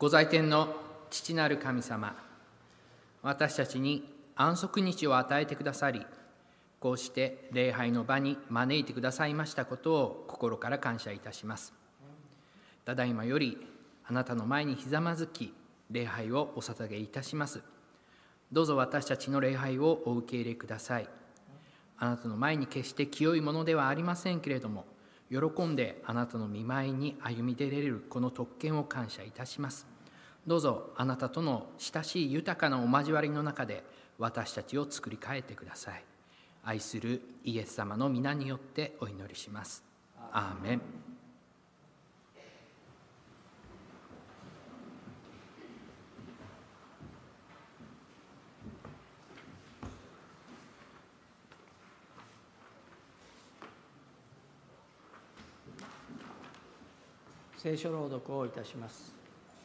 ご在天の父なる神様、私たちに安息日を与えてくださり、こうして礼拝の場に招いてくださいましたことを心から感謝いたします。ただいまよりあなたの前にひざまずき、礼拝をお捧げいたします。どうぞ私たちの礼拝をお受け入れください。あなたの前に決して清いものではありませんけれども、喜んであなたの御前に歩み出れるこの特権を感謝いたします。どうぞあなたとの親しい豊かなお交わりの中で私たちを作り変えてください。愛するイエス様の皆によってお祈りします。アーメン。 聖書朗読をいたします。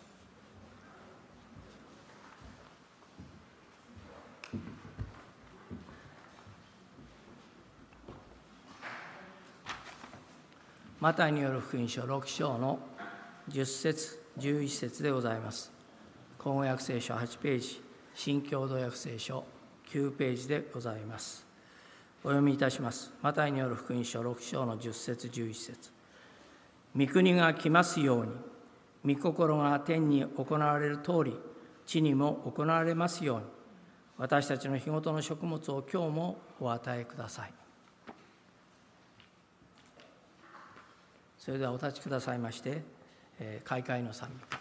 マタイによる福音書6章の10節11節でございます。混合訳聖書8ページ、新共同訳聖書9ページでございます。お読みいたします。マタイによる福音書6章の10節11節。御国が来ますように、御心が天に行われる通り、地にも行われますように、私たちの日ごとの食物を今日もお与えください。それではお立ちくださいまして、開会の賛美。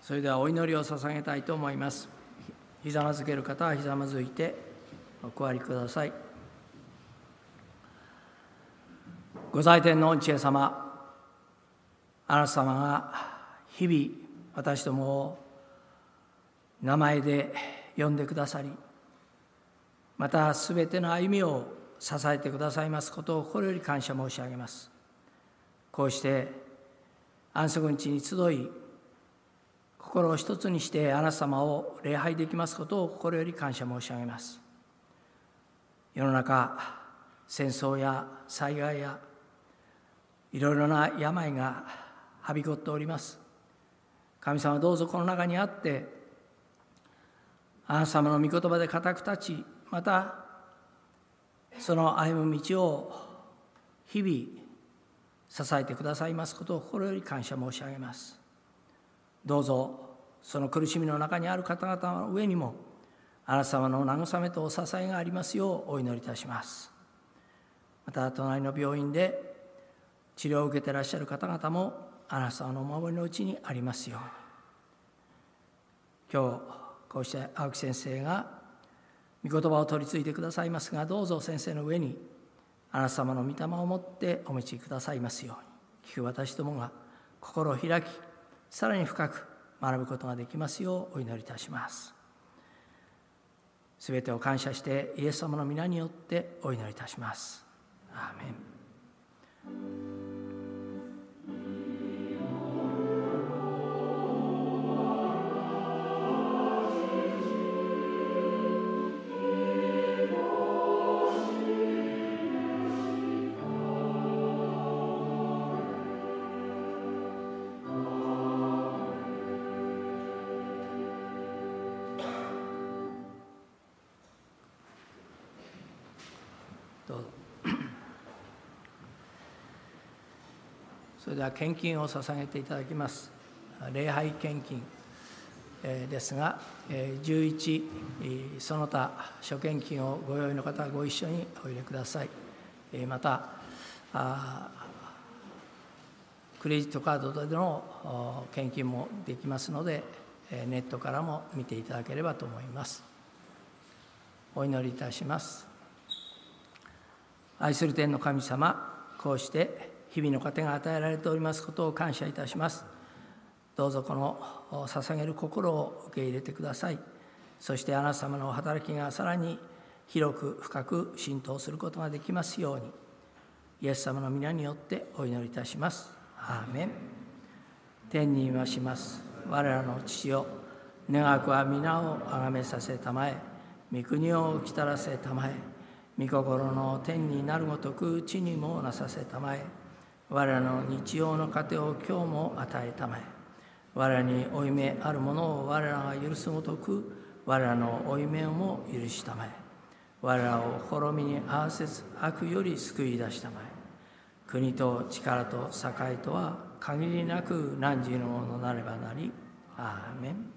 それではお祈りを捧げたいと思います。ひざまずける方はひざまずいてお加わりください。ご在天の御知恵様、あなた様が日々私どもを名前で呼んでくださり、またすべての歩みを支えてくださいますことを心より感謝申し上げます。こうして安息日に集い、心を一つにしてあなた様を礼拝できますことを心より感謝申し上げます。世の中、戦争や災害やいろいろな病がはびこっております。神様、どうぞこの中にあって、あなた様の御言葉で固く立ち、またその歩む道を日々支えてくださいますことを心より感謝申し上げます。どうぞその苦しみの中にある方々の上にもあなた様の慰めとお支えがありますようお祈りいたします。また隣の病院で治療を受けていらっしゃる方々もあなた様のお守りのうちにありますように。今日こうして青木先生が御言葉を取り継いでくださいますが、どうぞ先生の上にあなた様の御霊を持ってお導きくださいますように。聞く私どもが心を開き、さらに深く学ぶことができますようお祈りいたします。すべてを感謝してイエス様の皆によってお祈りいたします。アーメン。どうぞ。それでは献金を捧げていただきます。礼拝献金ですが、11その他諸献金をご用意の方はご一緒にお入れください。またクレジットカードでの献金もできますので、ネットからも見ていただければと思います。お祈りいたします。愛する天の神様、こうして日々の糧が与えられておりますことを感謝いたします。どうぞこの捧げる心を受け入れてください。そしてあなた様の働きがさらに広く深く浸透することができますように、イエス様の皆によってお祈りいたします。アーメン。天にいまします我らの父よ、願くは皆をあがめさせたまえ、御国をきたらせたまえ、御心の天になるごとく地にもなさせたまえ。我らの日曜の糧を今日も与えたまえ。我らに負い目あるものを我らが許すごとく我らの負い目をも許したまえ。我らを滅びに合わせず悪より救い出したまえ。国と力と栄とは限りなく汝のものなればなり。アーメン。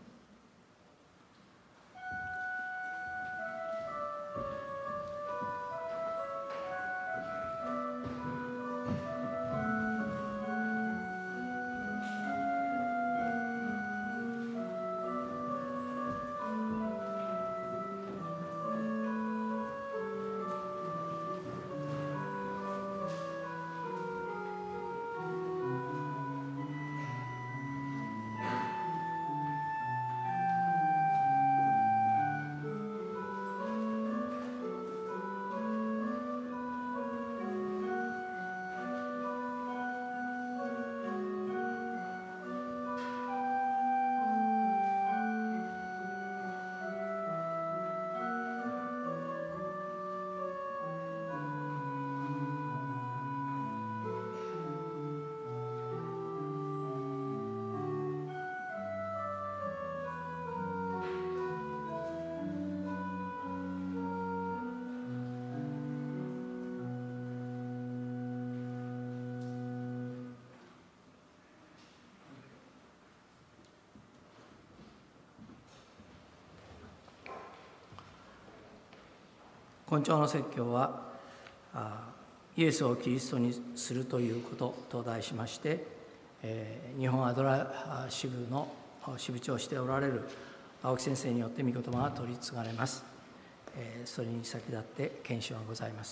今朝の説教はイエスをキリストにするということと題しまして、日本アドラー支部の支部長しておられる青木先生によって御言葉が取り継がれます。それに先立って検証がございます。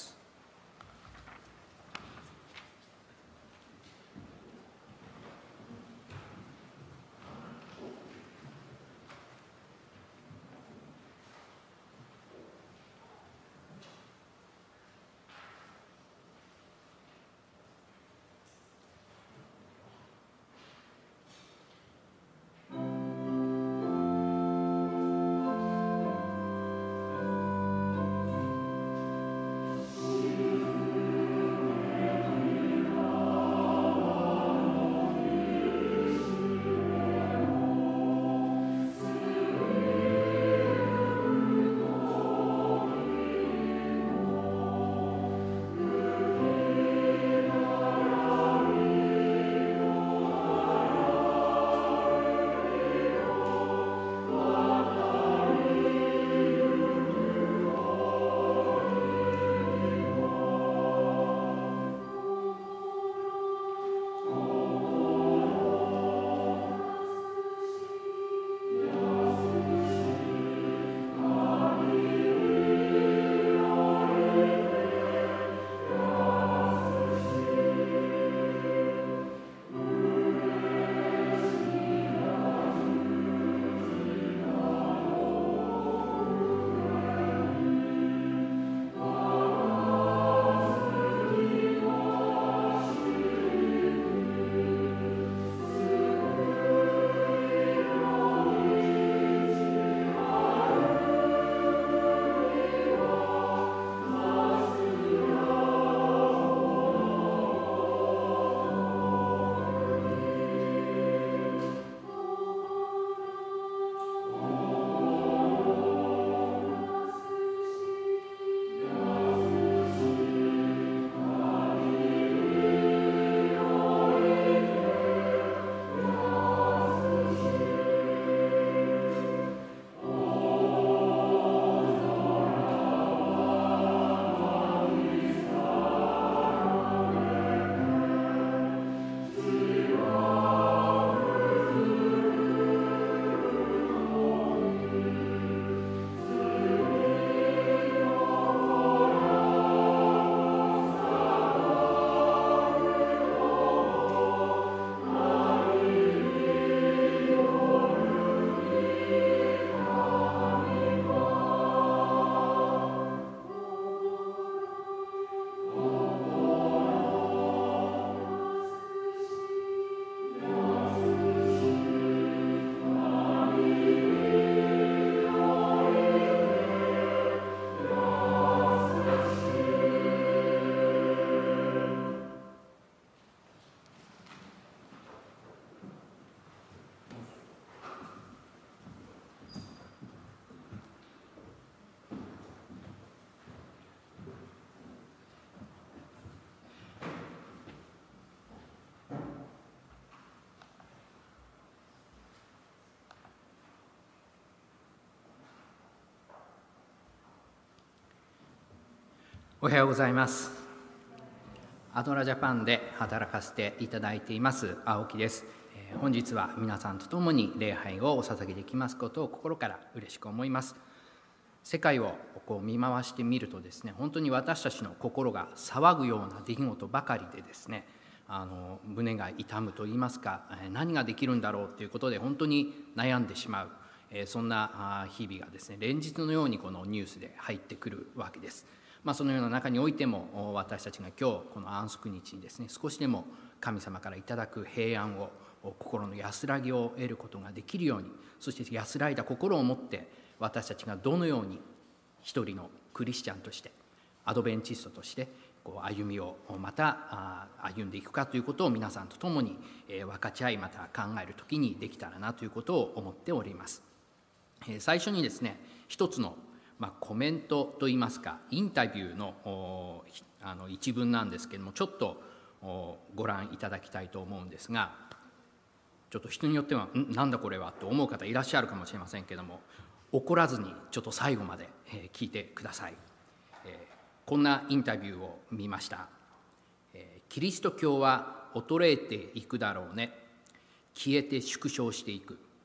おはようございます。アドラジャパンで働かせていただいています青木です。本日は皆さんと共に礼拝をお捧げできますことを心から嬉しく思います。世界を見回してみるとですね、本当に私たちの心が騒ぐような出来事ばかりでですね、胸が痛むといいますか、何ができるんだろうということで本当に悩んでしまう、そんな日々がですね、連日のようにこのニュースで入ってくるわけです。そのような中においても、私たちが今日この安息日にですね、少しでも神様からいただく平安を、心の安らぎを得ることができるように、そして安らいだ心を持って私たちがどのように一人のクリスチャンとして、アドベンチストとして歩みをまた歩んでいくかということを皆さんと共に分かち合い、また考えるときにできたらなということを思っております。最初にですね、一つのコメントといいますか、インタビューの一文なんですけれども、ちょっとご覧いただきたいと思うんですが、ちょっと人によってはなんだこれはと思う方いらっしゃるかもしれませんけれども、怒らずにちょっと最後まで聞いてください。こんなインタビューを見ました。キリスト教は衰えていくだろうね。消えて縮小していく。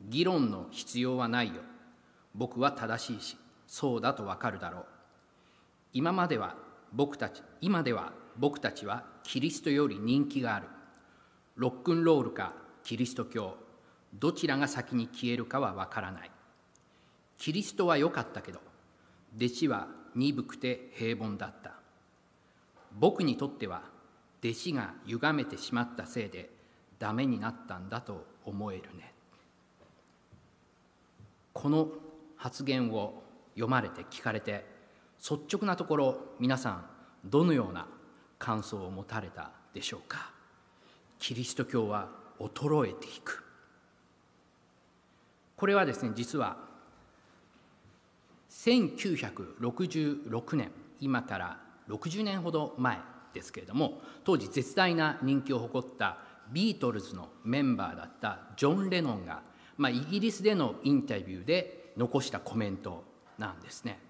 議論の必要はないよ。僕は正しいし、そうだとわかるだろう。今では僕たちはキリストより人気がある。ロックンロールかキリスト教、どちらが先に消えるかはわからない。キリストは良かったけど、弟子は鈍くて平凡だった。僕にとっては弟子が歪めてしまったせいでダメになったんだと思えるね。この発言を読まれて聞かれて、率直なところ皆さんどのような感想を持たれたでしょうか。キリスト教は衰えていく。これはですね、実は1966年、今から60年ほど前ですけれども、当時絶大な人気を誇ったビートルズのメンバーだったジョン・レノンが、イギリスでのインタビューで残したコメントなんですね。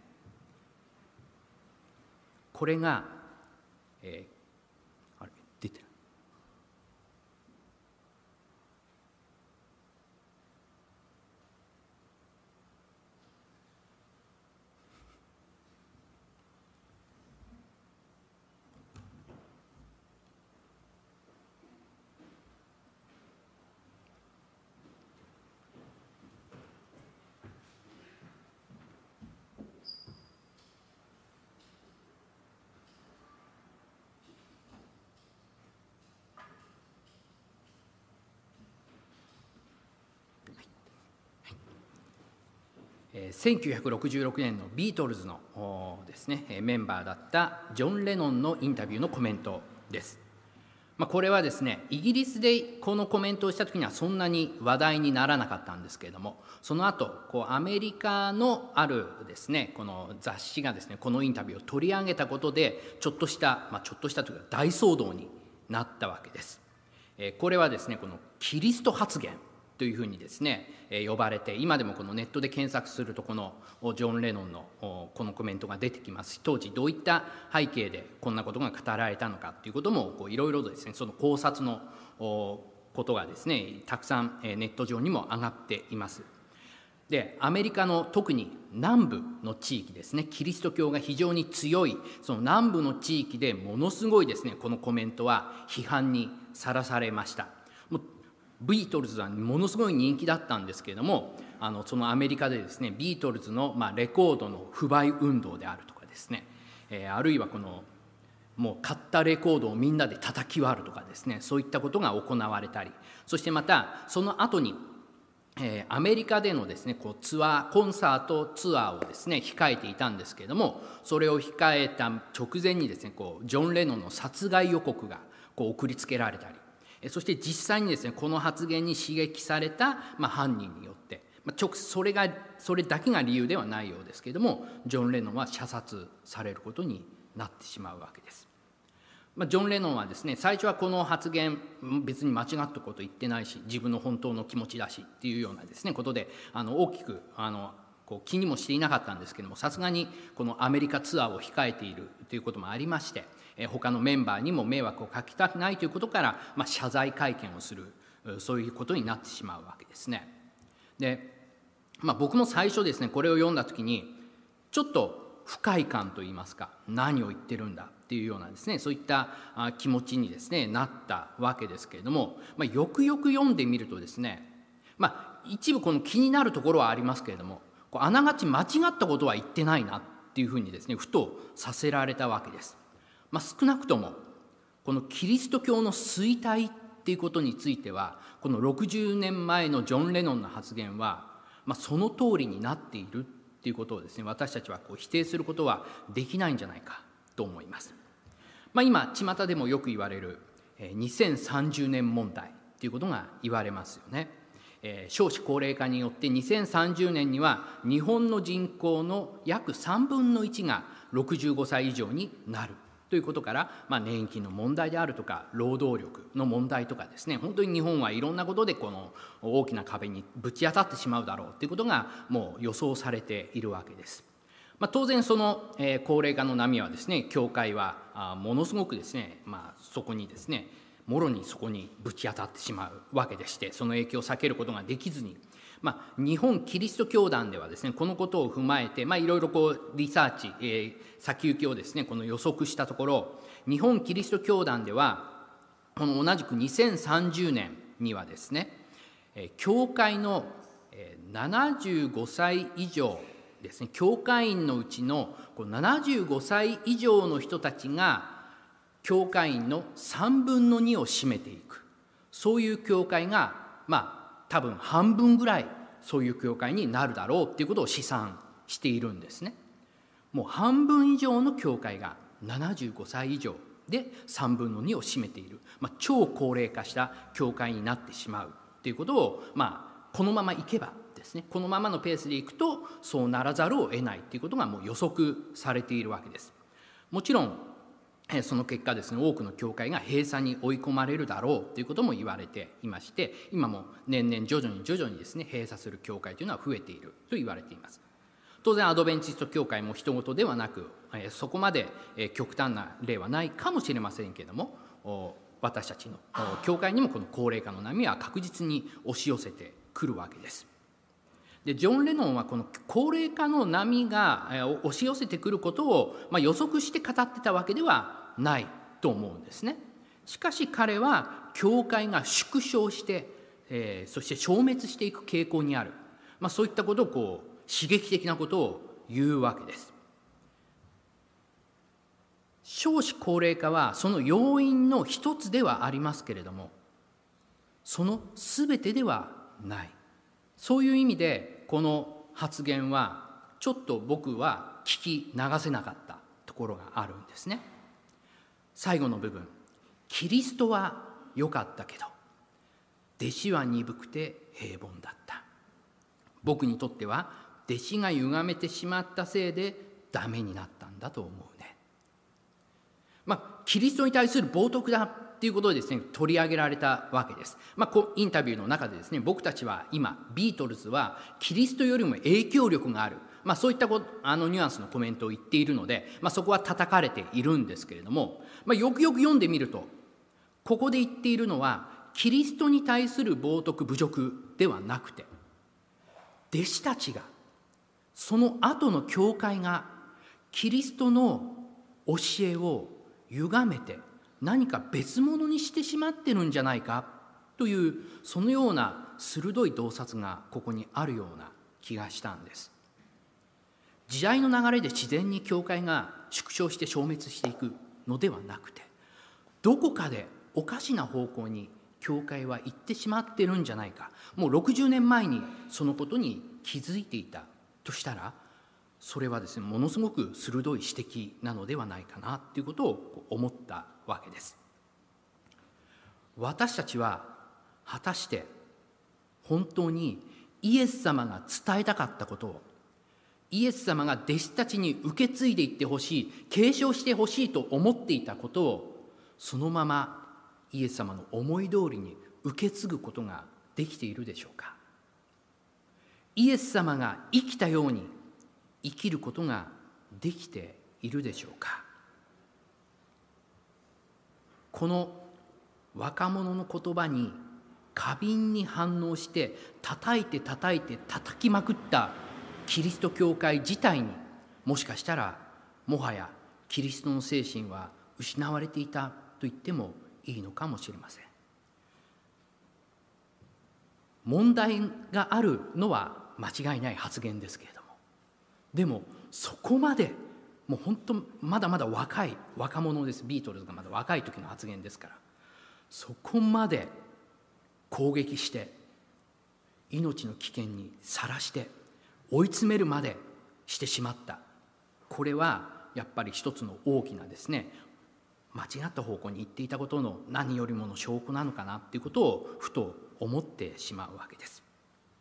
これが、あれ出てる。1966年のビートルズのですね、メンバーだったジョン・レノンのインタビューのコメントです。これはですね、イギリスでこのコメントをした時にはそんなに話題にならなかったんですけれども、その後アメリカのあるですね、この雑誌がですね、このインタビューを取り上げたことでちょっとしたというか大騒動になったわけです。これはですね、このキリスト発言というふうにですね、呼ばれて、今でもこのネットで検索するとこのジョン・レノンのこのコメントが出てきますし、当時どういった背景でこんなことが語られたのかということもいろいろとですね、その考察のことがですね、たくさんネット上にも上がっています。で、アメリカの特に南部の地域ですね、キリスト教が非常に強いその南部の地域でものすごいですね、このコメントは批判にさらされました。ビートルズはものすごい人気だったんですけれども、そのアメリカでですね、ビートルズのレコードの不買運動であるとかですね、あるいはもう買ったレコードをみんなで叩き割るとかですね、そういったことが行われたり、そしてまたその後にアメリカでのですね、コンサートツアーをですね控えていたんですけれども、それを控えた直前にですね、ジョン・レノンの殺害予告が送りつけられたり、そして実際にですね、この発言に刺激された犯人によって、それだけが理由ではないようですけれども、ジョン・レノンは射殺されることになってしまうわけです。ジョン・レノンはですね、最初はこの発言別に間違ったこと言ってないし、自分の本当の気持ちだしっていうようなですねことで大きく気にもしていなかったんですけども、さすがにこのアメリカツアーを控えているということもありまして、他のメンバーにも迷惑をかけたくないということから、謝罪会見をする、そういうことになってしまうわけですね。で、僕も最初ですね、これを読んだ時にちょっと不快感といいますか、何を言ってるんだっていうようなですね、そういった気持ちにですねなったわけですけれども、よくよく読んでみるとですね、一部この気になるところはありますけれども、あながち間違ったことは言ってないなっていうふうにですね、ふとさせられたわけです。少なくともこのキリスト教の衰退っていうことについては、この60年前のジョン・レノンの発言は、その通りになっているっていうことをですね、私たちは否定することはできないんじゃないかと思います。今巷でもよく言われる2030年問題っていうことが言われますよね。少子高齢化によって2030年には日本の人口の約3分の1が65歳以上になるということから、年金の問題であるとか労働力の問題とかですね、本当に日本はいろんなことでこの大きな壁にぶち当たってしまうだろうということがもう予想されているわけです。当然その高齢化の波はですね、教会はものすごくですね、そこにですね、 もろにそこにぶち当たってしまうわけでして、その影響を避けることができずに、日本キリスト教団ではですね、このことを踏まえて、いろいろリサーチ、先行きをですね、この予測したところ、日本キリスト教団では、この同じく2030年にはですね、教会の75歳以上ですね、教会員のうちの75歳以上の人たちが、教会員の3分の2を占めていく、そういう教会が多分半分ぐらいそういう教会になるだろうっていうことを試算しているんですね。もう半分以上の教会が75歳以上で3分の2を占めている、超高齢化した教会になってしまうっていうことを、このままいけばですね、このままのペースでいくとそうならざるを得ないっていうことがもう予測されているわけです。もちろんその結果ですね、多くの教会が閉鎖に追い込まれるだろうということも言われていまして、今も年々徐々にですね、閉鎖する教会というのは増えていると言われています。当然アドベンチスト教会も人事ではなく、そこまで極端な例はないかもしれませんけれども、私たちの教会にもこの高齢化の波は確実に押し寄せてくるわけです。でジョン・レノンはこの高齢化の波が押し寄せてくることを予測して語ってたわけではないと思うんですね。しかし彼は教会が縮小して、そして消滅していく傾向にある、そういったことを刺激的なことを言うわけです。少子高齢化はその要因の一つではありますけれども、その全てではない。そういう意味でこの発言はちょっと僕は聞き流せなかったところがあるんですね。最後の部分、キリストは良かったけど弟子は鈍くて平凡だった。僕にとっては弟子が歪めてしまったせいでダメになったんだと思うね。キリストに対する冒涜だっていうことでですね、取り上げられたわけです。インタビューの中でですね、僕たちは今ビートルズはキリストよりも影響力がある、そういったニュアンスのコメントを言っているので、そこは叩かれているんですけれども、よくよく読んでみると、ここで言っているのはキリストに対する冒涜侮辱ではなくて、弟子たちが、その後の教会がキリストの教えを歪めて何か別物にしてしまってるんじゃないかという、そのような鋭い洞察がここにあるような気がしたんです。時代の流れで自然に教会が縮小して消滅していくのではなくて、どこかでおかしな方向に教会は行ってしまってるんじゃないか、もう60年前にそのことに気づいていたとしたら、それはですね、ものすごく鋭い指摘なのではないかなということを思ったわけです。私たちは果たして本当にイエス様が伝えたかったことを、イエス様が弟子たちに受け継いでいってほしい、継承してほしいと思っていたことを、そのままイエス様の思い通りに受け継ぐことができているでしょうか。イエス様が生きたように生きることができているでしょうか。この若者の言葉に過敏に反応して叩きまくったキリスト教会自体に、もしかしたらもはやキリストの精神は失われていたと言ってもいいのかもしれません。問題があるのは間違いない発言ですけれども、でもそこまでもう本当まだまだ若者です。ビートルズがまだ若い時の発言ですから、そこまで攻撃して命の危険にさらして追い詰めるまでしてしまった、これはやっぱり一つの大きなですね、間違った方向に行っていたことの何よりもの証拠なのかなということをふと思ってしまうわけです。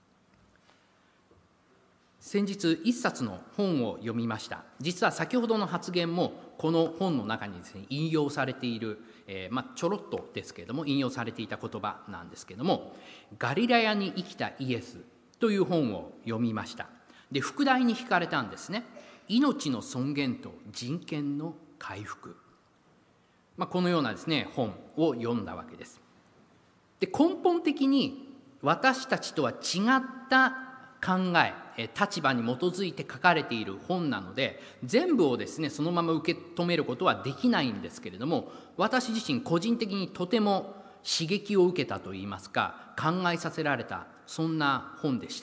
先日一冊の本を読みました。実は先ほどの発言もこの本の中にですね、引用されている、ちょろっとですけれども引用されていた言葉なんですけれども、ガリラヤに生きたイエスという本を読みました。で、副題に引かれたんですね。命の尊厳と人権の回復。 このようなですね本を読んだわけです。で、根本的に私たちとは違った考え、立場に基づいて書かれている本なので、全部をですねそのまま受け止めることはできないんですけれども、私自身個人的にとても刺激を受けたといいますか、考えさせられた、そんな本でした。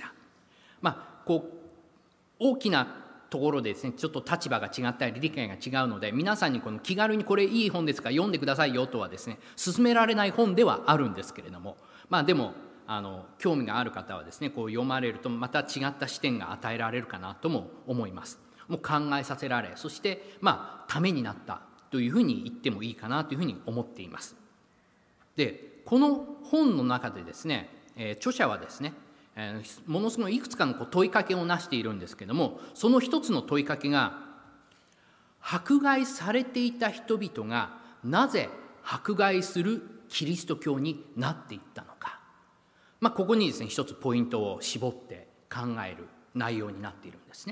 大きなところでですねちょっと立場が違ったり理解が違うので、皆さんに気軽にこれいい本ですから読んでくださいよとはですね勧められない本ではあるんですけれども、でも興味がある方はですね読まれるとまた違った視点が与えられるかなとも思います。もう考えさせられ、そしてためになったというふうに言ってもいいかなというふうに思っています。で、この本の中でですね、著者はですねものすごいいくつかの問いかけをなしているんですけども、その一つの問いかけが、迫害されていた人々がなぜ迫害するキリスト教になっていったのか、ここにですね一つポイントを絞って考える内容になっているんですね。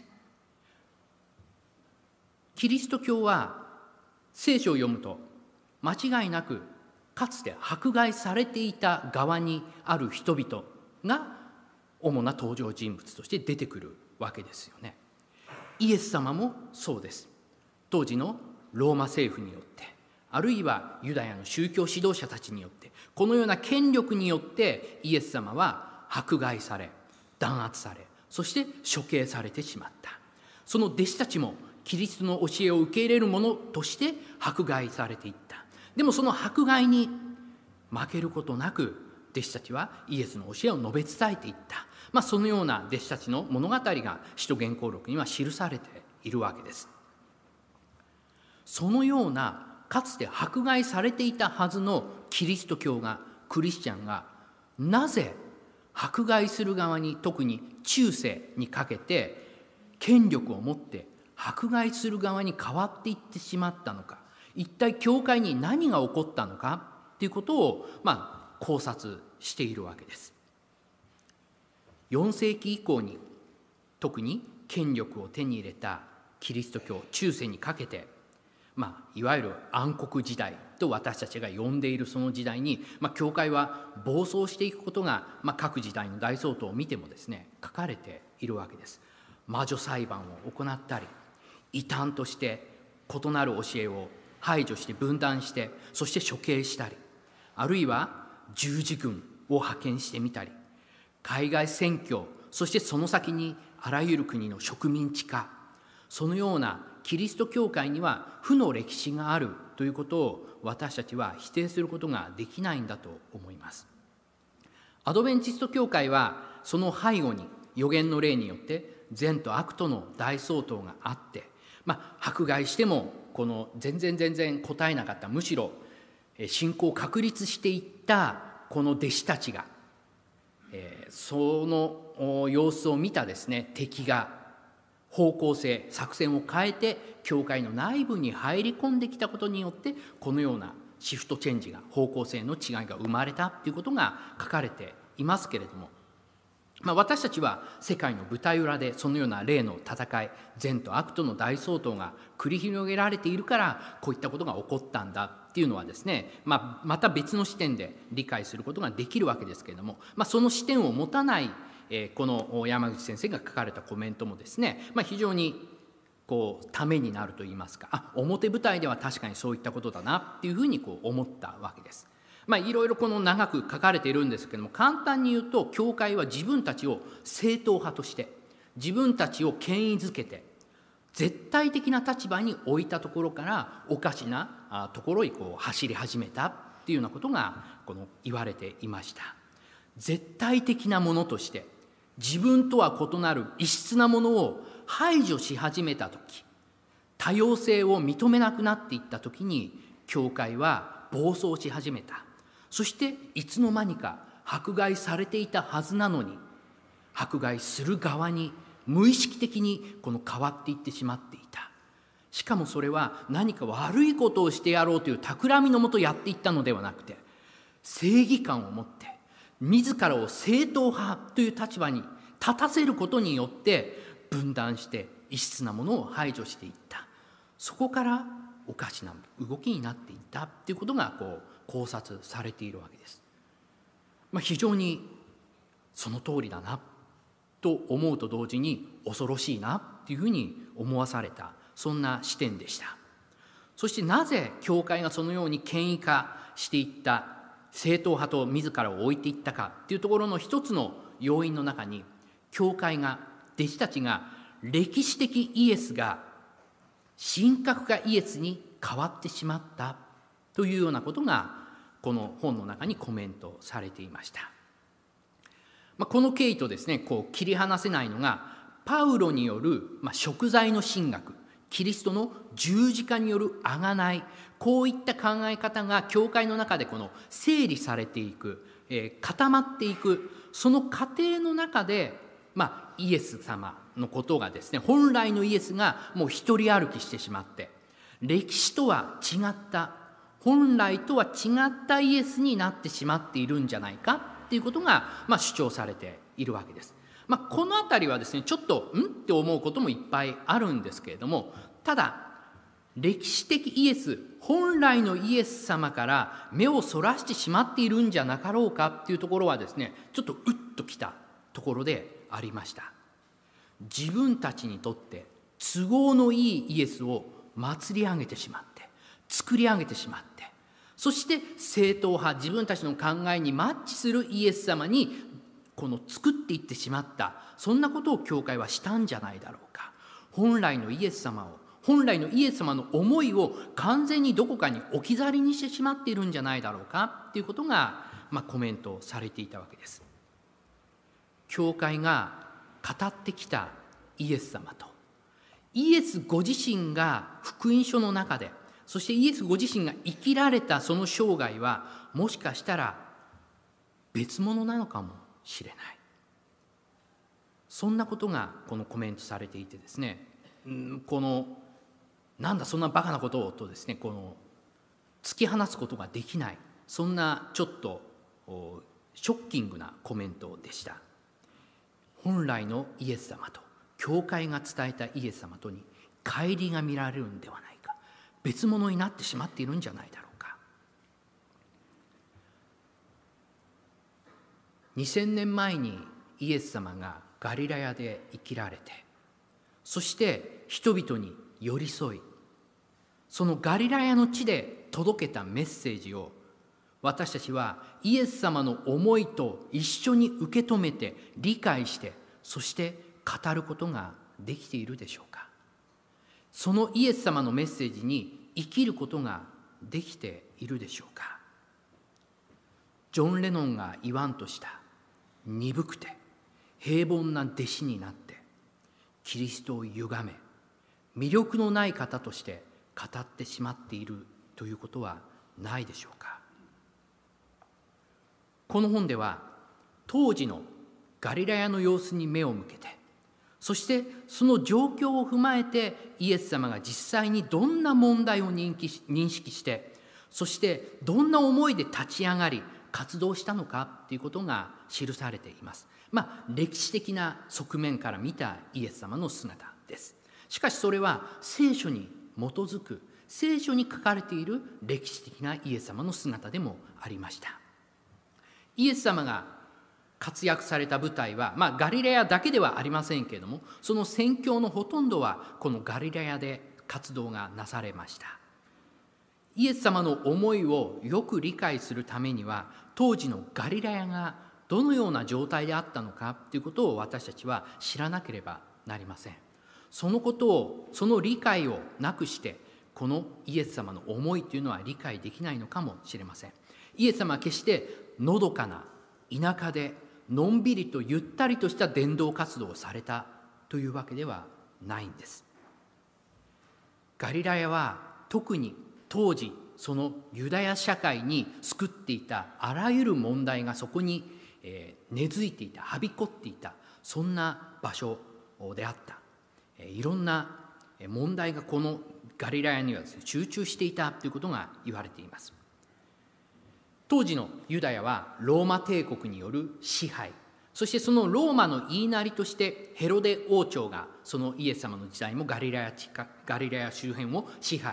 キリスト教は聖書を読むと間違いなくかつて迫害されていた側にある人々が主な登場人物として出てくるわけですよね。イエス様もそうです。当時のローマ政府によって、あるいはユダヤの宗教指導者たちによって、このような権力によってイエス様は迫害され、弾圧され、そして処刑されてしまった。その弟子たちもキリストの教えを受け入れる者として迫害されていった。でもその迫害に負けることなく、弟子たちはイエスの教えを述べ伝えていった。そのような弟子たちの物語が使徒言行録には記されているわけです。そのようなかつて迫害されていたはずのキリスト教が、クリスチャンがなぜ迫害する側に、特に中世にかけて権力を持って迫害する側に変わっていってしまったのか、一体教会に何が起こったのかということを考察しているわけです。4世紀以降に特に権力を手に入れたキリスト教、中世にかけて、いわゆる暗黒時代と私たちが呼んでいるその時代に、教会は暴走していくことが、各時代の大総統を見てもですね書かれているわけです。魔女裁判を行ったり、異端として異なる教えを排除して分断して、そして処刑したり、あるいは十字軍を派遣してみたり、海外宣教、そしてその先にあらゆる国の植民地化、そのようなキリスト教会には負の歴史があるということを私たちは否定することができないんだと思います。アドベンチスト教会はその背後に預言の例によって善と悪との大相当があって、迫害しても全然答えなかった、むしろ信仰を確立していったこの弟子たちが、その様子を見たですね敵が方向性、作戦を変えて教会の内部に入り込んできたことによって、このようなシフトチェンジが、方向性の違いが生まれたということが書かれていますけれども、私たちは世界の舞台裏でそのような例の戦い、善と悪との大相当が繰り広げられているから、こういったことが起こったんだっていうのはですね、また別の視点で理解することができるわけですけれども、その視点を持たないこの山口先生が書かれたコメントもですね、非常にためになるといいますか、表舞台では確かにそういったことだなっていうふうに思ったわけです。いろいろ長く書かれているんですけども、簡単に言うと、教会は自分たちを正統派として、自分たちを権威づけて絶対的な立場に置いたところから、おかしなところに走り始めたっていうようなことが言われていました。絶対的なものとして自分とは異なる異質なものを排除し始めた時、多様性を認めなくなっていった時に、教会は暴走し始めた。そしていつの間にか迫害されていたはずなのに、迫害する側に無意識的に変わっていってしまっていた。しかもそれは何か悪いことをしてやろうという企みのもとやっていったのではなくて、正義感を持って自らを正統派という立場に立たせることによって分断して異質なものを排除していった。そこからおかしな動きになっていったっていうことが考察されているわけです。非常にその通りだなと思うと同時に恐ろしいなっていうふうに思わされた、そんな視点でした。そしてなぜ教会がそのように権威化していった、正統派と自らを置いていったかっていうところの一つの要因の中に、教会が、弟子たちが歴史的イエスが神格化イエスに変わってしまったというようなことがこの本の中にコメントされていました。この経緯とですね、切り離せないのがパウロによる贖罪の神学、キリストの十字架による贖い、こういった考え方が教会の中で整理されていく、固まっていく、その過程の中で、イエス様のことがですね、本来のイエスがもう一人歩きしてしまって、歴史とは違った、本来とは違ったイエスになってしまっているんじゃないかっていうことが、主張されているわけです。このあたりはですね、ちょっとって思うこともいっぱいあるんですけれども、ただ歴史的イエス、本来のイエス様から目をそらしてしまっているんじゃなかろうかっていうところはですね、ちょっとときたところでありました。自分たちにとって都合のいいイエスを祭り上げてしまって、作り上げてしまって、そして正統派、自分たちの考えにマッチするイエス様に作っていってしまった、そんなことを教会はしたんじゃないだろうか。本来のイエス様の思いを完全にどこかに置き去りにしてしまっているんじゃないだろうかっていうことが、コメントされていたわけです。教会が語ってきたイエス様と、イエスご自身が福音書の中で、そしてイエスご自身が生きられたその生涯は、もしかしたら別物なのかもしれない。そんなことがこのコメントされていてですね、なんだそんなバカなことをとですね、突き放すことができない、そんなちょっとショッキングなコメントでした。本来のイエス様と教会が伝えたイエス様とに乖離が見られるんではないか、別物になってしまっているんじゃないだろうか。2000年前にイエス様がガリラヤで生きられて、そして人々に寄り添い、そのガリラヤの地で届けたメッセージを、私たちはイエス様の思いと一緒に受け止めて理解して、そして語ることができているでしょうか。そのイエス様のメッセージに生きることができているでしょうか。ジョン・レノンが言わんとした鈍くて平凡な弟子になって、キリストを歪め魅力のない方として語ってしまっているということはないでしょうか。この本では当時のガリラヤの様子に目を向けて、そしてその状況を踏まえてイエス様が実際にどんな問題を認識して、そしてどんな思いで立ち上がり活動したのかということが記されています。歴史的な側面から見たイエス様の姿です。しかしそれは聖書に基づく、聖書に書かれている歴史的なイエス様の姿でもありました。イエス様が活躍された舞台は、ガリラヤだけではありませんけれども、その宣教のほとんどはこのガリラヤで活動がなされました。イエス様の思いをよく理解するためには、当時のガリラヤがどのような状態であったのかということを私たちは知らなければなりません。そのことを、その理解をなくして、このイエス様の思いというのは理解できないのかもしれません。イエス様は決してのどかな田舎でのんびりとゆったりとした伝道活動をされたというわけではないんです。ガリラヤは特に当時そのユダヤ社会に救っていたあらゆる問題がそこに根付いていた、はびこっていた、そんな場所であった。いろんな問題がこのガリラヤにはですね、集中していたということが言われています。当時のユダヤはローマ帝国による支配、そしてそのローマの言いなりとしてヘロデ王朝がそのイエス様の時代もガリラヤ周辺を支配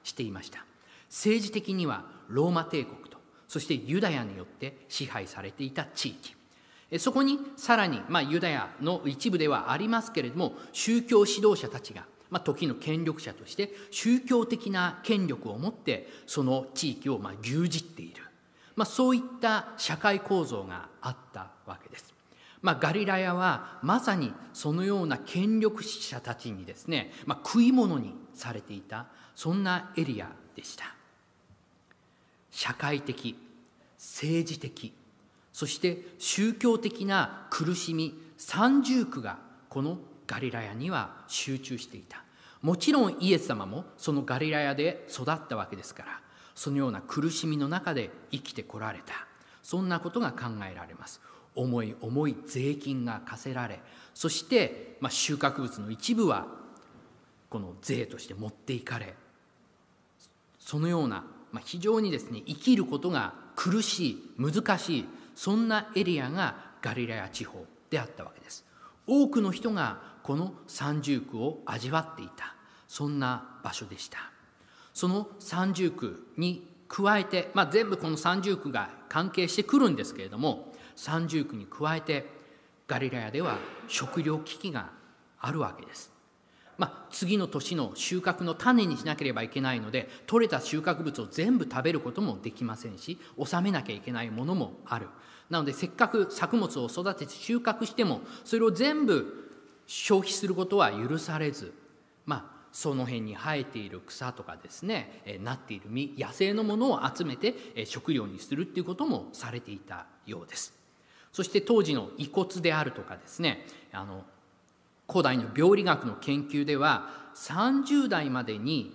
していました。政治的にはローマ帝国と、そしてユダヤによって支配されていた地域、そこにさらに、ユダヤの一部ではありますけれども、宗教指導者たちが、時の権力者として宗教的な権力を持ってその地域を牛耳っている、そういった社会構造があったわけです。ガリラヤはまさにそのような権力者たちにですね、食い物にされていた、そんなエリアでした。社会的、政治的、そして宗教的な苦しみ、三重苦がこのガリラヤには集中していた。もちろんイエス様もそのガリラヤで育ったわけですから、そのような苦しみの中で生きてこられた、そんなことが考えられます。重い税金が課せられ、そして、収穫物の一部はこの税として持っていかれ、そのような、非常にですね、生きることが苦しい、難しい、そんなエリアがガリラヤ地方であったわけです。多くの人がこの三重苦を味わっていた、そんな場所でした。その三重苦に加えて、全部この三重苦が関係してくるんですけれども、三重苦に加えてガリラヤでは食糧危機があるわけです。次の年の収穫の種にしなければいけないので、取れた収穫物を全部食べることもできませんし、納めなきゃいけないものもある。なのでせっかく作物を育てて収穫しても、それを全部消費することは許されず、その辺に生えている草とかですね、なっている実、野生のものを集めて食料にするっていうこともされていたようです。そして当時の遺骨であるとかですね、古代の病理学の研究では、30代までに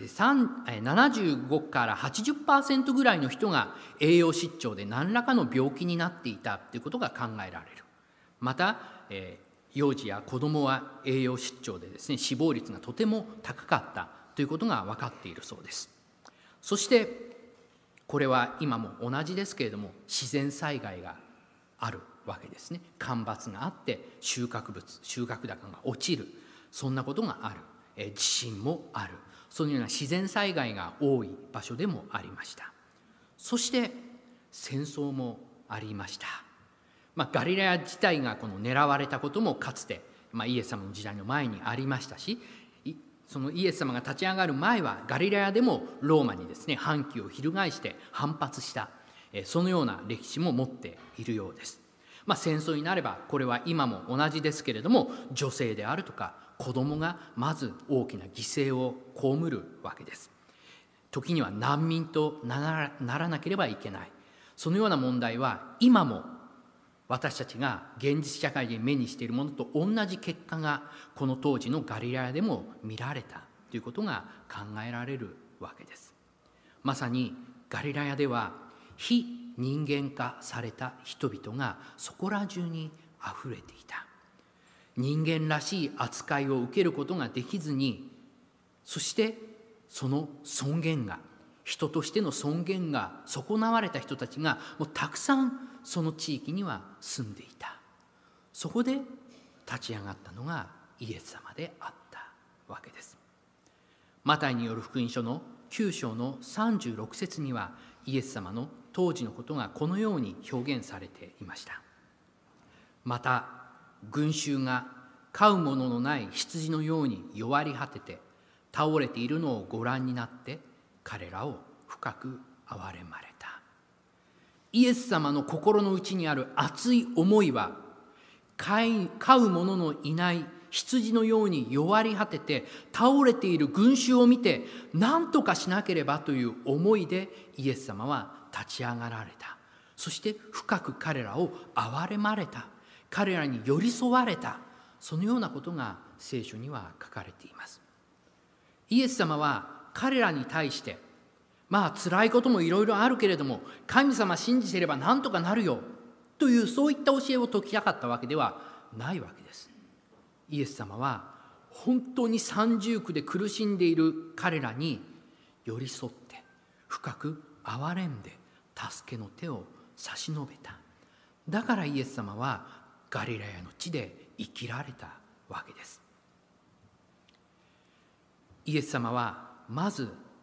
75から 80% ぐらいの人が栄養失調で何らかの病気になっていたということが考えられる。また、幼児や子どもは栄養失調でですね、死亡率がとても高かったということが分かっているそうです。そしてこれは今も同じですけれども、自然災害があるわけですね。干ばつがあって収穫高が落ちる、そんなことがある。地震もある、そのような自然災害が多い場所でもありました。そして戦争もありました。ガリラヤ自体がこの狙われたこともかつて、イエス様の時代の前にありましたし、そのイエス様が立ち上がる前はガリラヤでもローマにですね、反旗を翻して反発した、そのような歴史も持っているようです。戦争になればこれは今も同じですけれども、女性であるとか子供がまず大きな犠牲を被るわけです。時には難民とならなければいけない、そのような問題は今も私たちが現実社会で目にしているものと同じ結果がこの当時のガリラヤでも見られたということが考えられるわけです。まさにガリラヤでは非人間化された人々がそこら中にあふれていた。人間らしい扱いを受けることができずに、そしてその尊厳が、人としての尊厳が損なわれた人たちがもうたくさんその地域には住んでいた。そこで立ち上がったのがイエス様であったわけです。マタイによる福音書の9章の36節には、イエス様の当時のことがこのように表現されていました。また群衆が飼うもののない羊のように弱り果てて倒れているのをご覧になって、彼らを深く憐れまれた。イエス様の心の内にある熱い思いは、飼う者のいない羊のように弱り果てて倒れている群衆を見て、何とかしなければという思いでイエス様は立ち上がられた。そして深く彼らを憐れまれた、彼らに寄り添われた、そのようなことが聖書には書かれています。イエス様は彼らに対して、辛いこともいろいろあるけれども、神様信じていれば何とかなるよという、そういった教えを説きたかったわけではないわけです。イエス様は本当に三重苦で苦しんでいる彼らに寄り添って深く憐れんで助けの手を差し伸べた。だからイエス様はガリラヤの地で生きられたわけです。イエス様はまず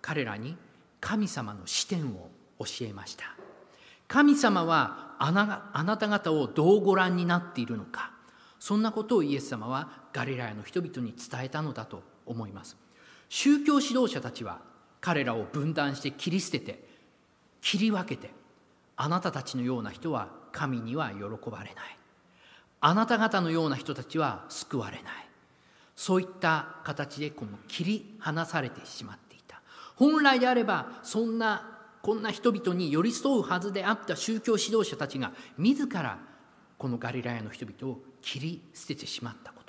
彼らに神様の視点を教えました。神様はあなた方をどうご覧になっているのか、そんなことをイエス様はガリラヤの人々に伝えたのだと思います。宗教指導者たちは彼らを分断して切り捨てて、切り分けて、あなたたちのような人は神には喜ばれない、あなた方のような人たちは救われない、そういった形で切り離されてしまっていた。本来であればこんな人々に寄り添うはずであった宗教指導者たちが自らこのガリラヤの人々を切り捨ててしまったこと、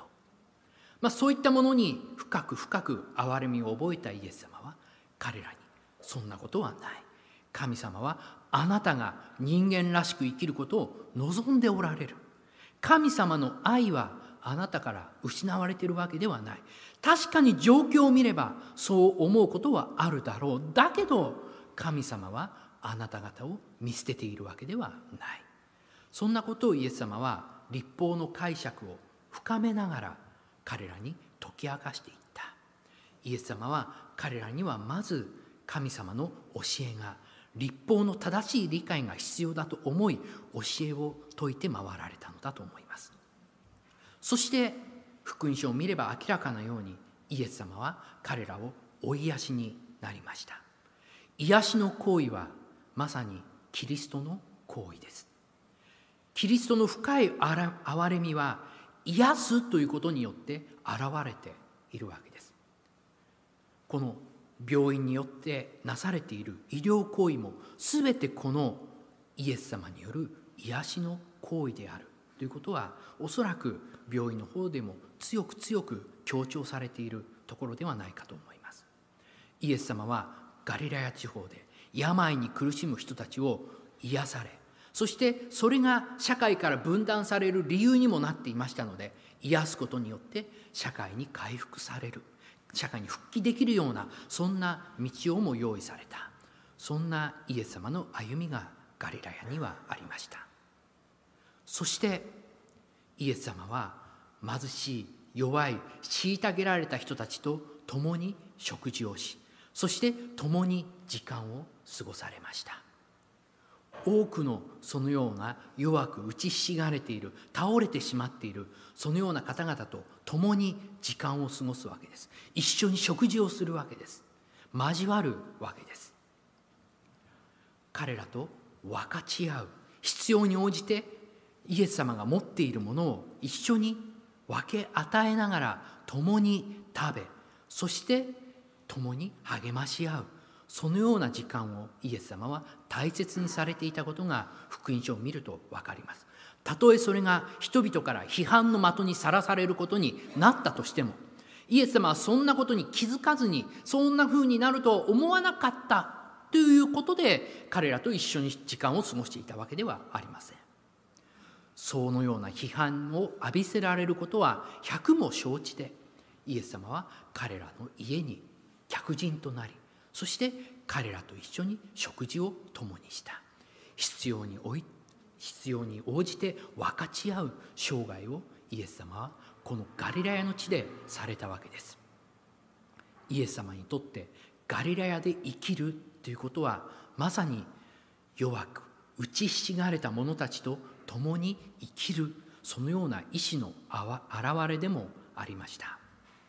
そういったものに深く深く憐れみを覚えたイエス様は彼らに、そんなことはない、神様はあなたが人間らしく生きることを望んでおられる、神様の愛はあなたから失われているわけではない、確かに状況を見ればそう思うことはあるだろう、だけど神様はあなた方を見捨てているわけではない、そんなことをイエス様は律法の解釈を深めながら彼らに解き明かしていった。イエス様は彼らにはまず神様の教えが、律法の正しい理解が必要だと思い、教えを説いて回られたのだと思います。そして福音書を見れば明らかなように、イエス様は彼らをお癒しになりました。癒しの行為はまさにキリストの行為です。キリストの深い憐れみは癒すということによって現れているわけです。この病院によってなされている医療行為もすべてこのイエス様による癒しの行為であるということは、おそらく病院の方でも強く強く強調されているところではないかと思います。イエス様はガリラヤ地方で病に苦しむ人たちを癒され、そしてそれが社会から分断される理由にもなっていましたので、癒すことによって社会に回復される、社会に復帰できるような、そんな道をも用意された、そんなイエス様の歩みがガリラヤにはありました。そしてイエス様は貧しい、弱い、虐げられた人たちと共に食事をし、そして共に時間を過ごされました。多くのそのような弱く打ちひしがれている、倒れてしまっている、そのような方々と共に時間を過ごすわけです。一緒に食事をするわけです。交わるわけです。彼らと分かち合う、必要に応じてイエス様が持っているものを一緒に分け与えながら共に食べ、そして共に励まし合う、そのような時間をイエス様は大切にされていたことが福音書を見ると分かります。たとえそれが人々から批判の的にさらされることになったとしても、イエス様はそんなことに気づかずに、そんな風になると思わなかったということで彼らと一緒に時間を過ごしていたわけではありません。そのような批判を浴びせられることは百も承知で、イエス様は彼らの家に客人となり、そして彼らと一緒に食事を共にした。必要に応じて分かち合う生涯をイエス様はこのガリラヤの地でされたわけです。イエス様にとってガリラヤで生きるということは、まさに弱く打ちひしがれた者たちと共に生きる、そのような意志の表れでもありました。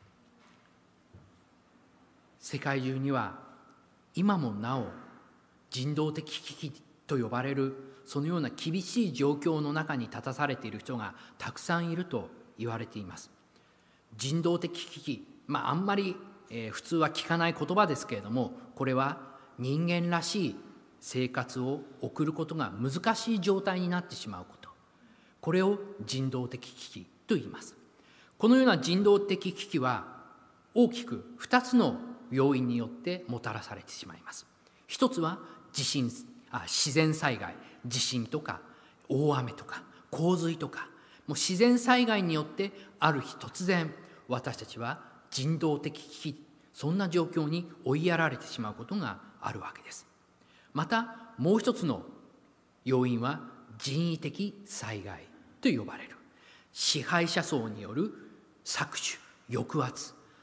世界中には今もなお人道的危機と呼ばれる、そのような厳しい状況の中に立たされている人がたくさんいると言われています。人道的危機、あんまり普通は聞かない言葉ですけれども、これは人間らしい生活を送ることが難しい状態になってしまうこと、これを人道的危機と言います。このような人道的危機は大きく2つの要因によってもたらされてしまいます。一つは自然災害、地震とか大雨とか洪水とか、もう自然災害によってある日突然私たちは人道的危機、そんな状況に追いやられてしまうことがあるわけです。またもう一つの要因は人為的災害と呼ばれる支配者層による搾取、抑圧、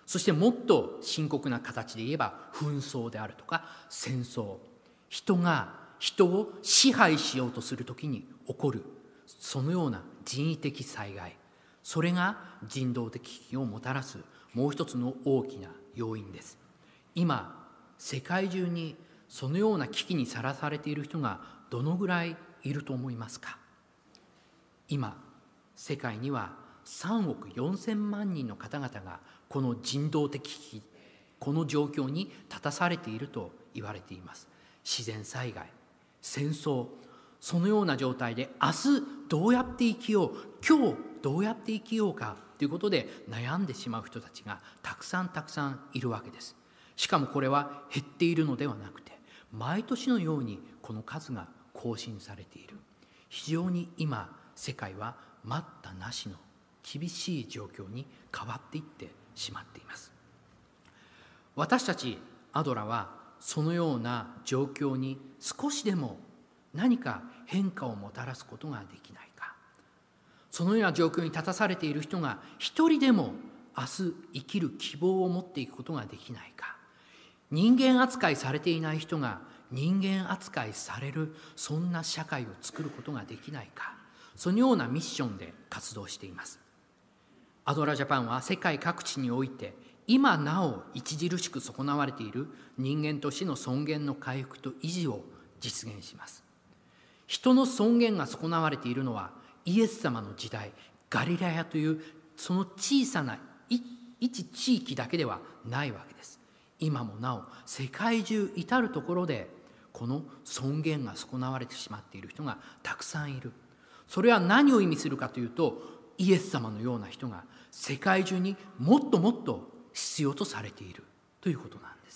そしてもっと深刻な形で言えば紛争であるとか戦争、人が人を支配しようとするときに起こるそのような人為的災害、それが人道的危機をもたらすもう一つの大きな要因です。今世界中にそのような危機にさらされている人がどのぐらいいると思いますか。今世界には3億4,000万人の方々がこの人道的危機、この状況に立たされていると言われています。自然災害、戦争、そのような状態で明日どうやって生きよう、今日どうやって生きようかということで悩んでしまう人たちがたくさんいるわけです。しかもこれは減っているのではなくて、毎年のようにこの数が更新されている。非常に今世界は待ったなしの厳しい状況に変わっていってしまっています。私たちアドラはそのような状況に少しでも何か変化をもたらすことができないか、そのような状況に立たされている人が一人でも明日生きる希望を持っていくことができないか、人間扱いされていない人が人間扱いされる、そんな社会を作ることができないか、そのようなミッションで活動しています。アドラジャパンは世界各地において今なお著しく損なわれている人間としての尊厳の回復と維持を実現します。人の尊厳が損なわれているのはイエス様の時代ガリラヤというその小さな一地域だけではないわけです。今もなお世界中至るところでこの尊厳が損なわれてしまっている人がたくさんいる。それは何を意味するかというと、イエス様のような人が世界中にもっともっと必要とされているということなんです。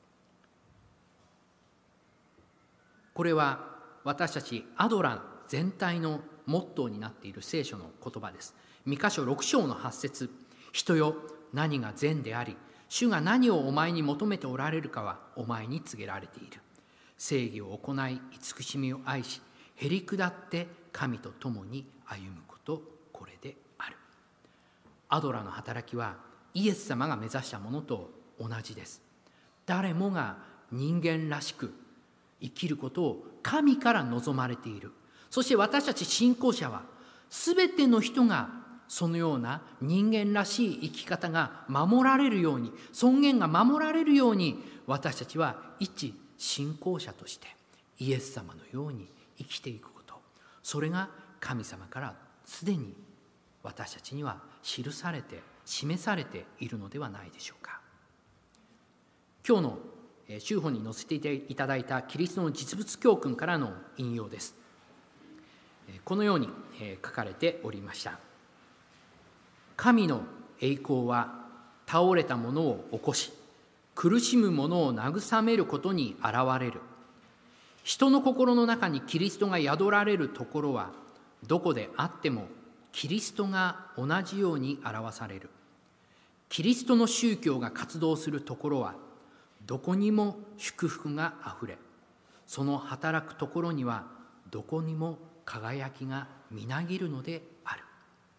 これは私たちアドラ全体のモットーになっている聖書の言葉です。ミカ書6章の8節、人よ、何が善であり、主が何をお前に求めておられるかはお前に告げられている。正義を行い、慈しみを愛し、へり下って神と共に歩むこと、これである。アドラの働きはイエス様が目指したものと同じです。誰もが人間らしく生きることを神から望まれている。そして私たち信仰者はすべての人がそのような人間らしい生き方が守られるように、尊厳が守られるように、私たちは一信仰者としてイエス様のように生きていくこと、それが神様からすでに私たちには記されて示されているのではないでしょうか。今日の週報に載せていただいたキリストの実物教訓からの引用です。このように書かれておりました。神の栄光は倒れた者を起こし、苦しむ者を慰めることに現れる。人の心の中にキリストが宿られるところはどこであってもキリストが同じように表される。キリストの宗教が活動するところはどこにも祝福があふれ、その働くところにはどこにも輝きがみなぎるのである。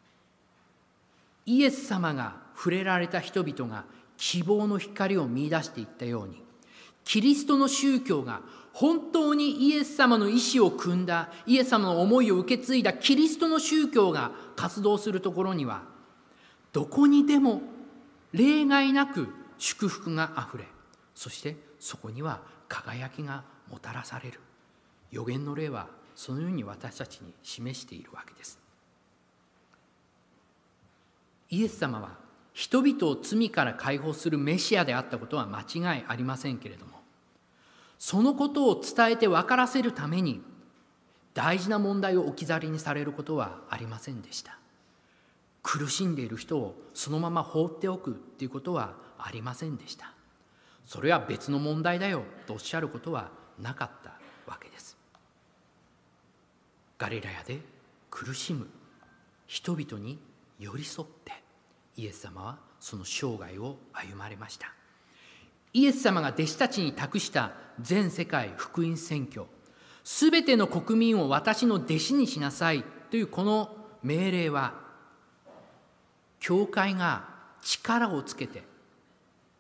イエス様が触れられた人々が希望の光を見出していったように、キリストの宗教が本当にイエス様の意志を汲んだ、イエス様の思いを受け継いだキリストの宗教が活動するところには、どこにでも例外なく祝福があふれ、そしてそこには輝きがもたらされる。預言の例はそのように私たちに示しているわけです。イエス様は人々を罪から解放するメシアであったことは間違いありませんけれども、そのことを伝えて分からせるために大事な問題を置き去りにされることはありませんでした。苦しんでいる人をそのまま放っておくということはありませんでした。それは別の問題だよとおっしゃることはなかったわけです。ガリラヤで苦しむ人々に寄り添ってイエス様はその生涯を歩まれました。イエス様が弟子たちに託した全世界福音宣教、すべての国民を私の弟子にしなさいというこの命令は、教会が力をつけて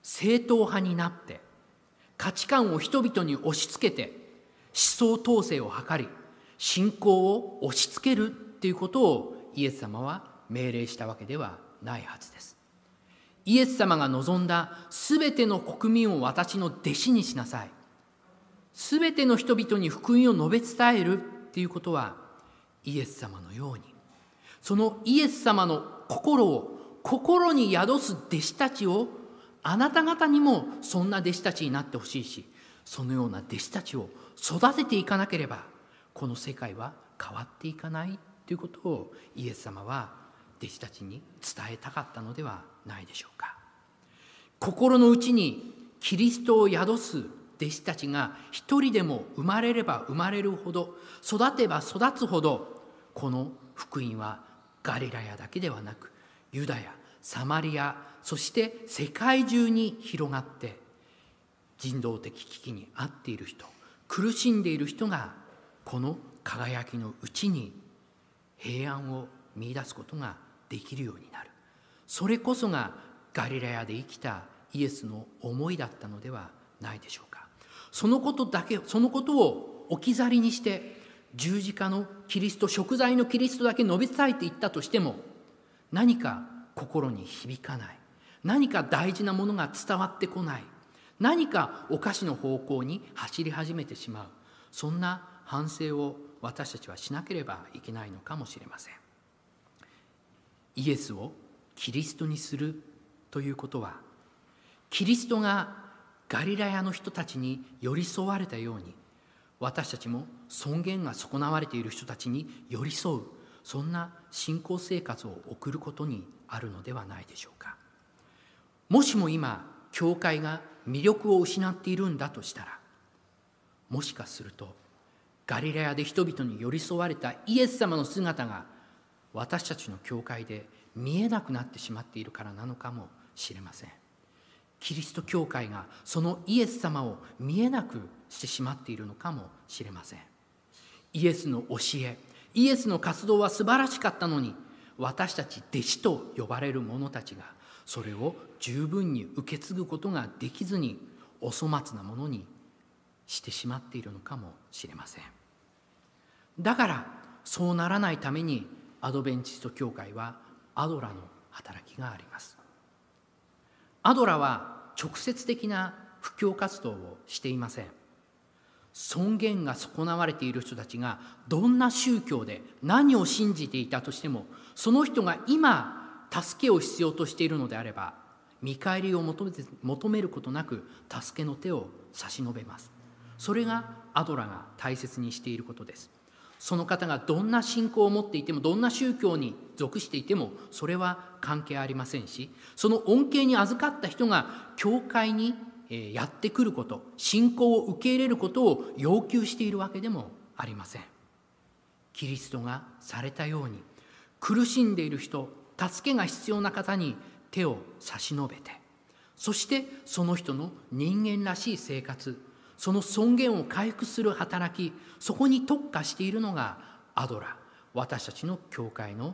正統派になって価値観を人々に押し付けて思想統制を図り信仰を押し付けるっていうことをイエス様は命令したわけではないはずです。イエス様が望んだすべての国民を私の弟子にしなさい、すべての人々に福音を述べ伝えるっていうことは、イエス様のようにそのイエス様の心に宿す弟子たちを、あなた方にもそんな弟子たちになってほしいし、そのような弟子たちを育てていかなければこの世界は変わっていかないということをイエス様は弟子たちに伝えたかったのではないでしょうか。心の内にキリストを宿す弟子たちが一人でも生まれれば生まれるほど、育てば育つほど、この福音はガリラヤだけではなくユダヤ、サマリア、そして世界中に広がって、人道的危機に遭っている人、苦しんでいる人がこの輝きのうちに平安を見出すことができるようになる。それこそがガリラヤで生きたイエスの思いだったのではないでしょうか。そのことを置き去りにして十字架のキリスト、贖罪のキリストだけ述べ伝えていったとしても、何か心に響かない、何か大事なものが伝わってこない、何かおかしな方向に走り始めてしまう、そんな反省を私たちはしなければいけないのかもしれません。イエスをキリストにするということは、キリストがガリラヤの人たちに寄り添われたように、私たちも尊厳が損なわれている人たちに寄り添う、そんな信仰生活を送ることにあるのではないでしょうか。もしも今教会が魅力を失っているんだとしたら、もしかするとガリラヤで人々に寄り添われたイエス様の姿が私たちの教会で見えなくなってしまっているからなのかもしれません。キリスト教会がそのイエス様を見えなくしてしまっているのかもしれません。イエスの教え、イエスの活動は素晴らしかったのに、私たち弟子と呼ばれる者たちがそれを十分に受け継ぐことができずに、お粗末なものにしてしまっているのかもしれません。だからそうならないためにアドベンチスト教会はアドラの働きがあります。アドラは直接的な布教活動をしていません。尊厳が損なわれている人たちがどんな宗教で何を信じていたとしても、その人が今助けを必要としているのであれば、見返りを求めることなく助けの手を差し伸べます。それがアドラが大切にしていることです。その方がどんな信仰を持っていても、どんな宗教に属していても、それは関係ありませんし、その恩恵に預かった人が教会にやってくること、信仰を受け入れることを要求しているわけでもありません。キリストがされたように、苦しんでいる人、助けが必要な方に手を差し伸べて、そしてその人の人間らしい生活、その尊厳を回復する働き、そこに特化しているのがアドラ、私たちの教会の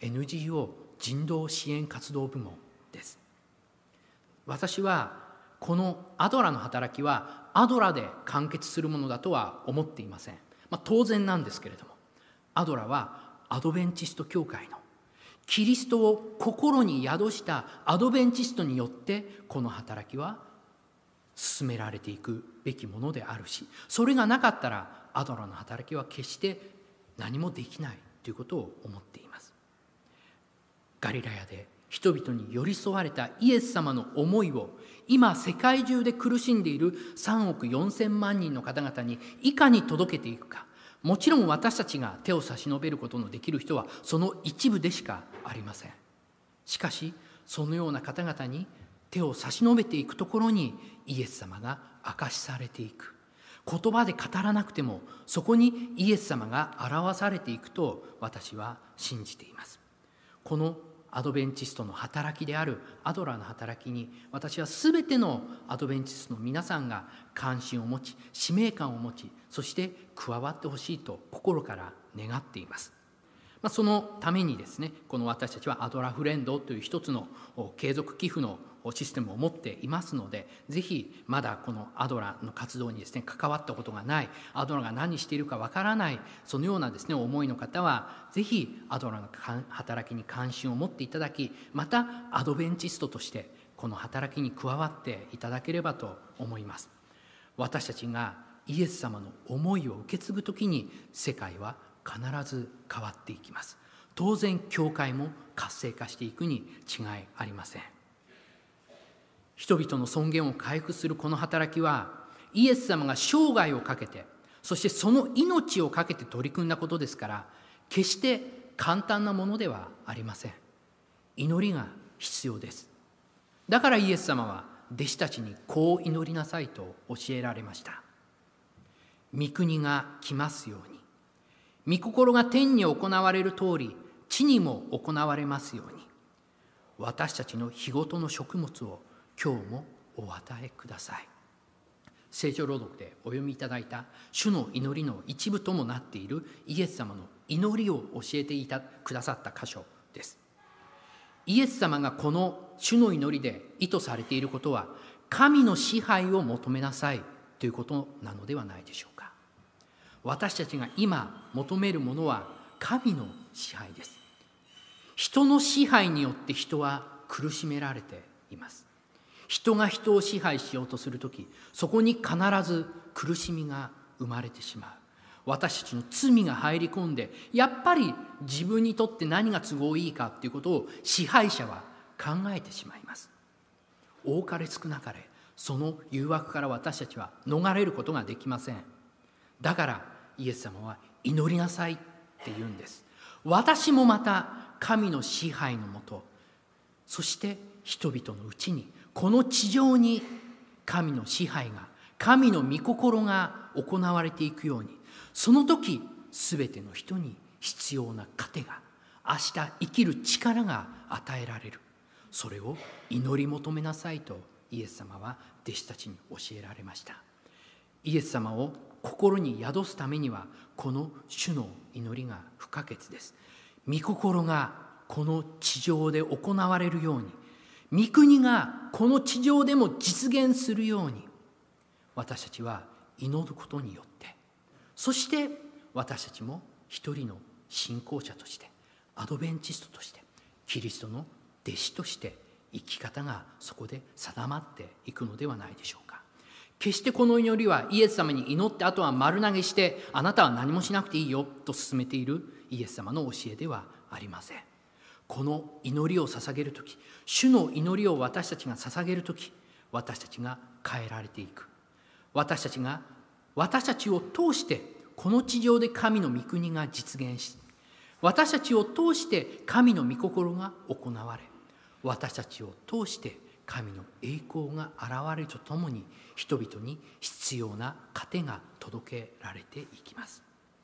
NGO 人道支援活動部門です。私はこのアドラの働きはアドラで完結するものだとは思っていません。当然なんですけれども、アドラはアドベンチスト教会のキリストを心に宿したアドベンチストによってこの働きは進められていくべきものであるし、それがなかったらアドラの働きは決して何もできないということを思っています。ガリラヤで人々に寄り添われたイエス様の思いを今世界中で苦しんでいる3億4千万人の方々にいかに届けていくか。もちろん私たちが手を差し伸べることのできる人はその一部でしかありません。しかしそのような方々に手を差し伸べていくところにイエス様が明かしされていく。言葉で語らなくてもそこにイエス様が表されていくと私は信じています。このアドベンチストの働きであるアドラの働きに、私はすべてのアドベンチストの皆さんが関心を持ち、使命感を持ち、そして加わってほしいと心から願っています。 そのためにですね、この私たちはアドラーフレンドという一つの継続寄付のシステムを持っていますので、ぜひまだこのアドラーの活動にですね関わったことがない、アドラーが何しているかわからない、そのようなですね思いの方は、ぜひアドラーの働きに関心を持っていただき、またアドベンチストとしてこの働きに加わっていただければと思います。私たちがイエス様の思いを受け継ぐときに、世界は必ず変わっていきます。当然教会も活性化していくに違いありません。人々の尊厳を回復するこの働きは、イエス様が生涯をかけて、そしてその命をかけて取り組んだことですから、決して簡単なものではありません。祈りが必要です。だからイエス様は弟子たちにこう祈りなさいと教えられました。御国が来ますように、御心が天に行われる通り地にも行われますように、私たちの日ごとの食物を今日もお与えください。聖書朗読でお読みいただいた主の祈りの一部ともなっているイエス様の祈りを教えてくださった箇所です。イエス様がこの主の祈りで意図されていることは、神の支配を求めなさいということなのではないでしょうか。私たちが今求めるものは神の支配です。人の支配によって人は苦しめられています。人が人を支配しようとするとき、そこに必ず苦しみが生まれてしまう。私たちの罪が入り込んで、やっぱり自分にとって何が都合いいかということを支配者は考えてしまいます。多かれ少なかれ、その誘惑から私たちは逃れることができません。だからイエス様は祈りなさいって言うんです。私もまた神の支配のもと、そして人々のうちに、この地上に神の支配が、神の御心が行われていくように、その時すべての人に必要な糧が、明日生きる力が与えられる。それを祈り求めなさいとイエス様は弟子たちに教えられました。イエス様を心に宿すためには、この主の祈りが不可欠です。御心がこの地上で行われるように、御国がこの地上でも実現するように、私たちは祈ることによって、そして私たちも一人の信仰者として、アドベンチストとして、キリストの弟子として生き方がそこで定まっていくのではないでしょうか。決してこの祈りはイエス様に祈ってあとは丸投げして、あなたは何もしなくていいよと勧めているイエス様の教えではありません。この祈りを捧げるとき、主の祈りを私たちが捧げるとき、私たちが変えられていく。私たちを通してこの地上で神の御国が実現し、私たちを通して神の御心が行われ、私たちを通して神の栄光が現れるとともに、人々に必要な糧が届けられていきます。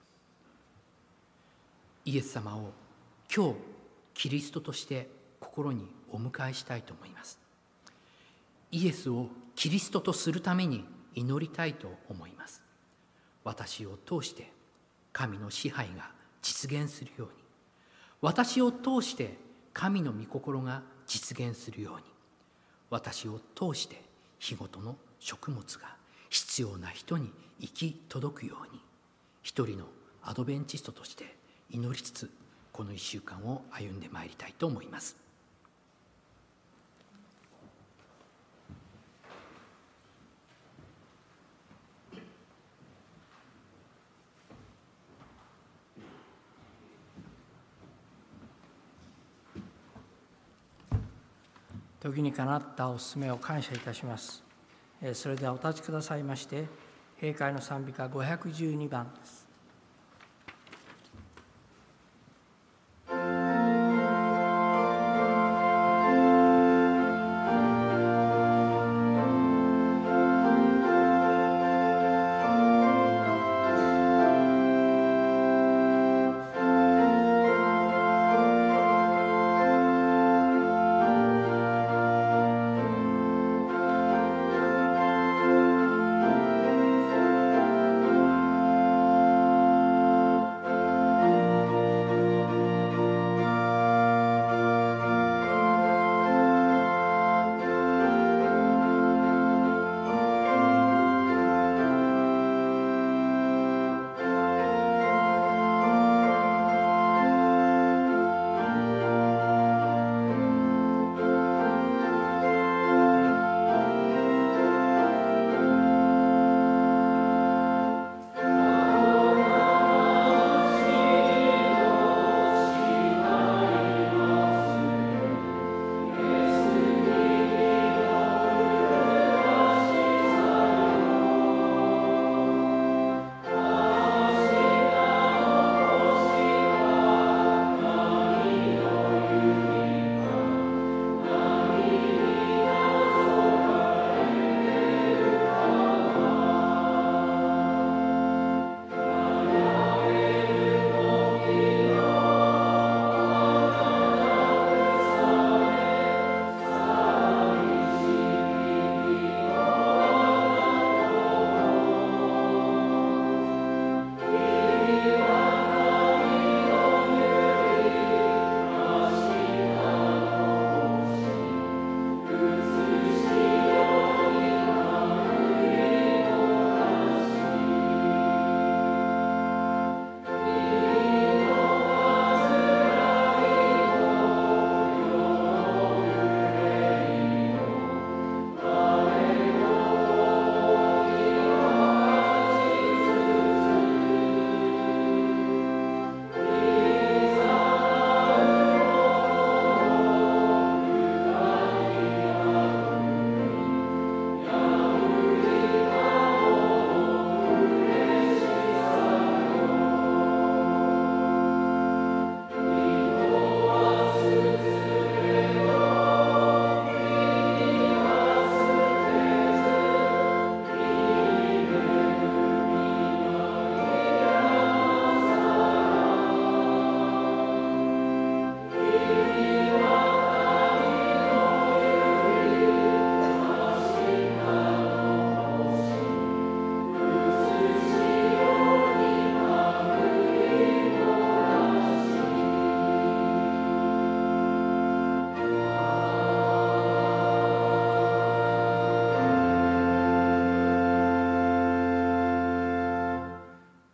イエス様を今日キリストとして心にお迎えしたいと思います。イエスをキリストとするために祈りたいと思います。私を通して神の支配が実現するように、私を通して神の御心が実現するように、私を通して日ごとの食物が必要な人に行き届くように、一人のアドベンチストとして祈りつつ、この1週間を歩んでまいりたいと思います。 時にかなったお勧めを感謝いたします。それではお立ちくださいまして、閉会の賛美歌512番です。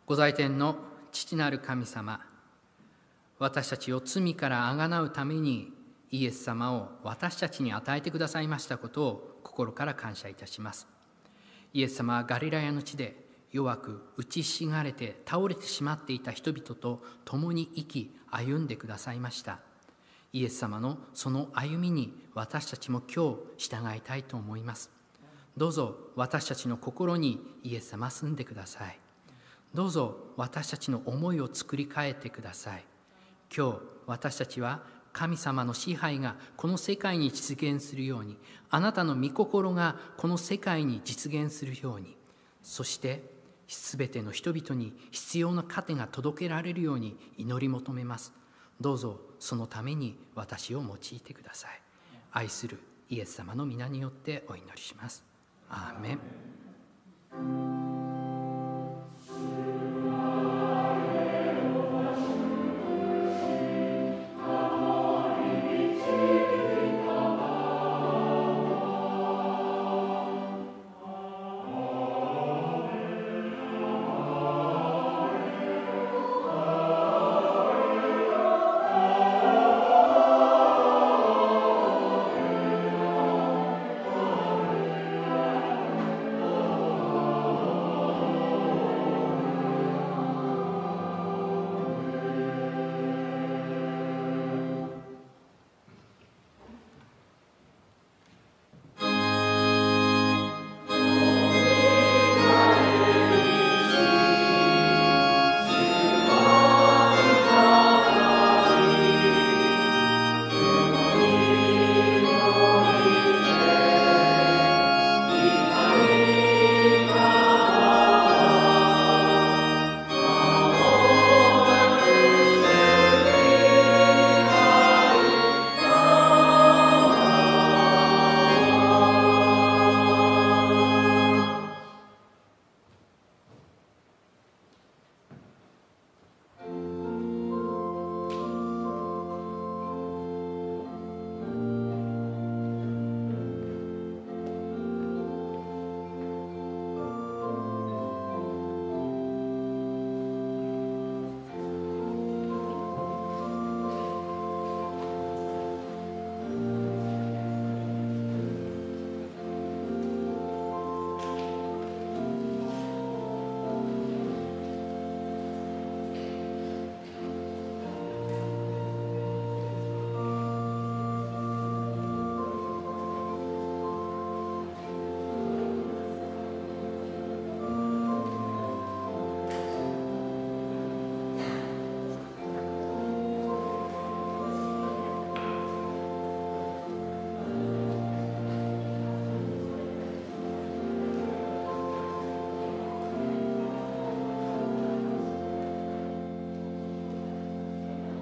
ご在天の父なる神様、私たちを罪からあがなうためにイエス様を私たちに与えてくださいましたことを心から感謝いたします。イエス様はガリラヤの地で弱く打ちひしがれて倒れてしまっていた人々と共に生き歩んでくださいました。イエス様のその歩みに私たちも今日従いたいと思います。どうぞ私たちの心にイエス様住んでください。どうぞ私たちの思いを作り変えてください。今日私たちは神様の支配がこの世界に実現するように、あなたの御心がこの世界に実現するように、そしてすべての人々に必要な糧が届けられるように祈り求めます。どうぞそのために私を用いてください。愛するイエス様の皆によってお祈りします。アーメン。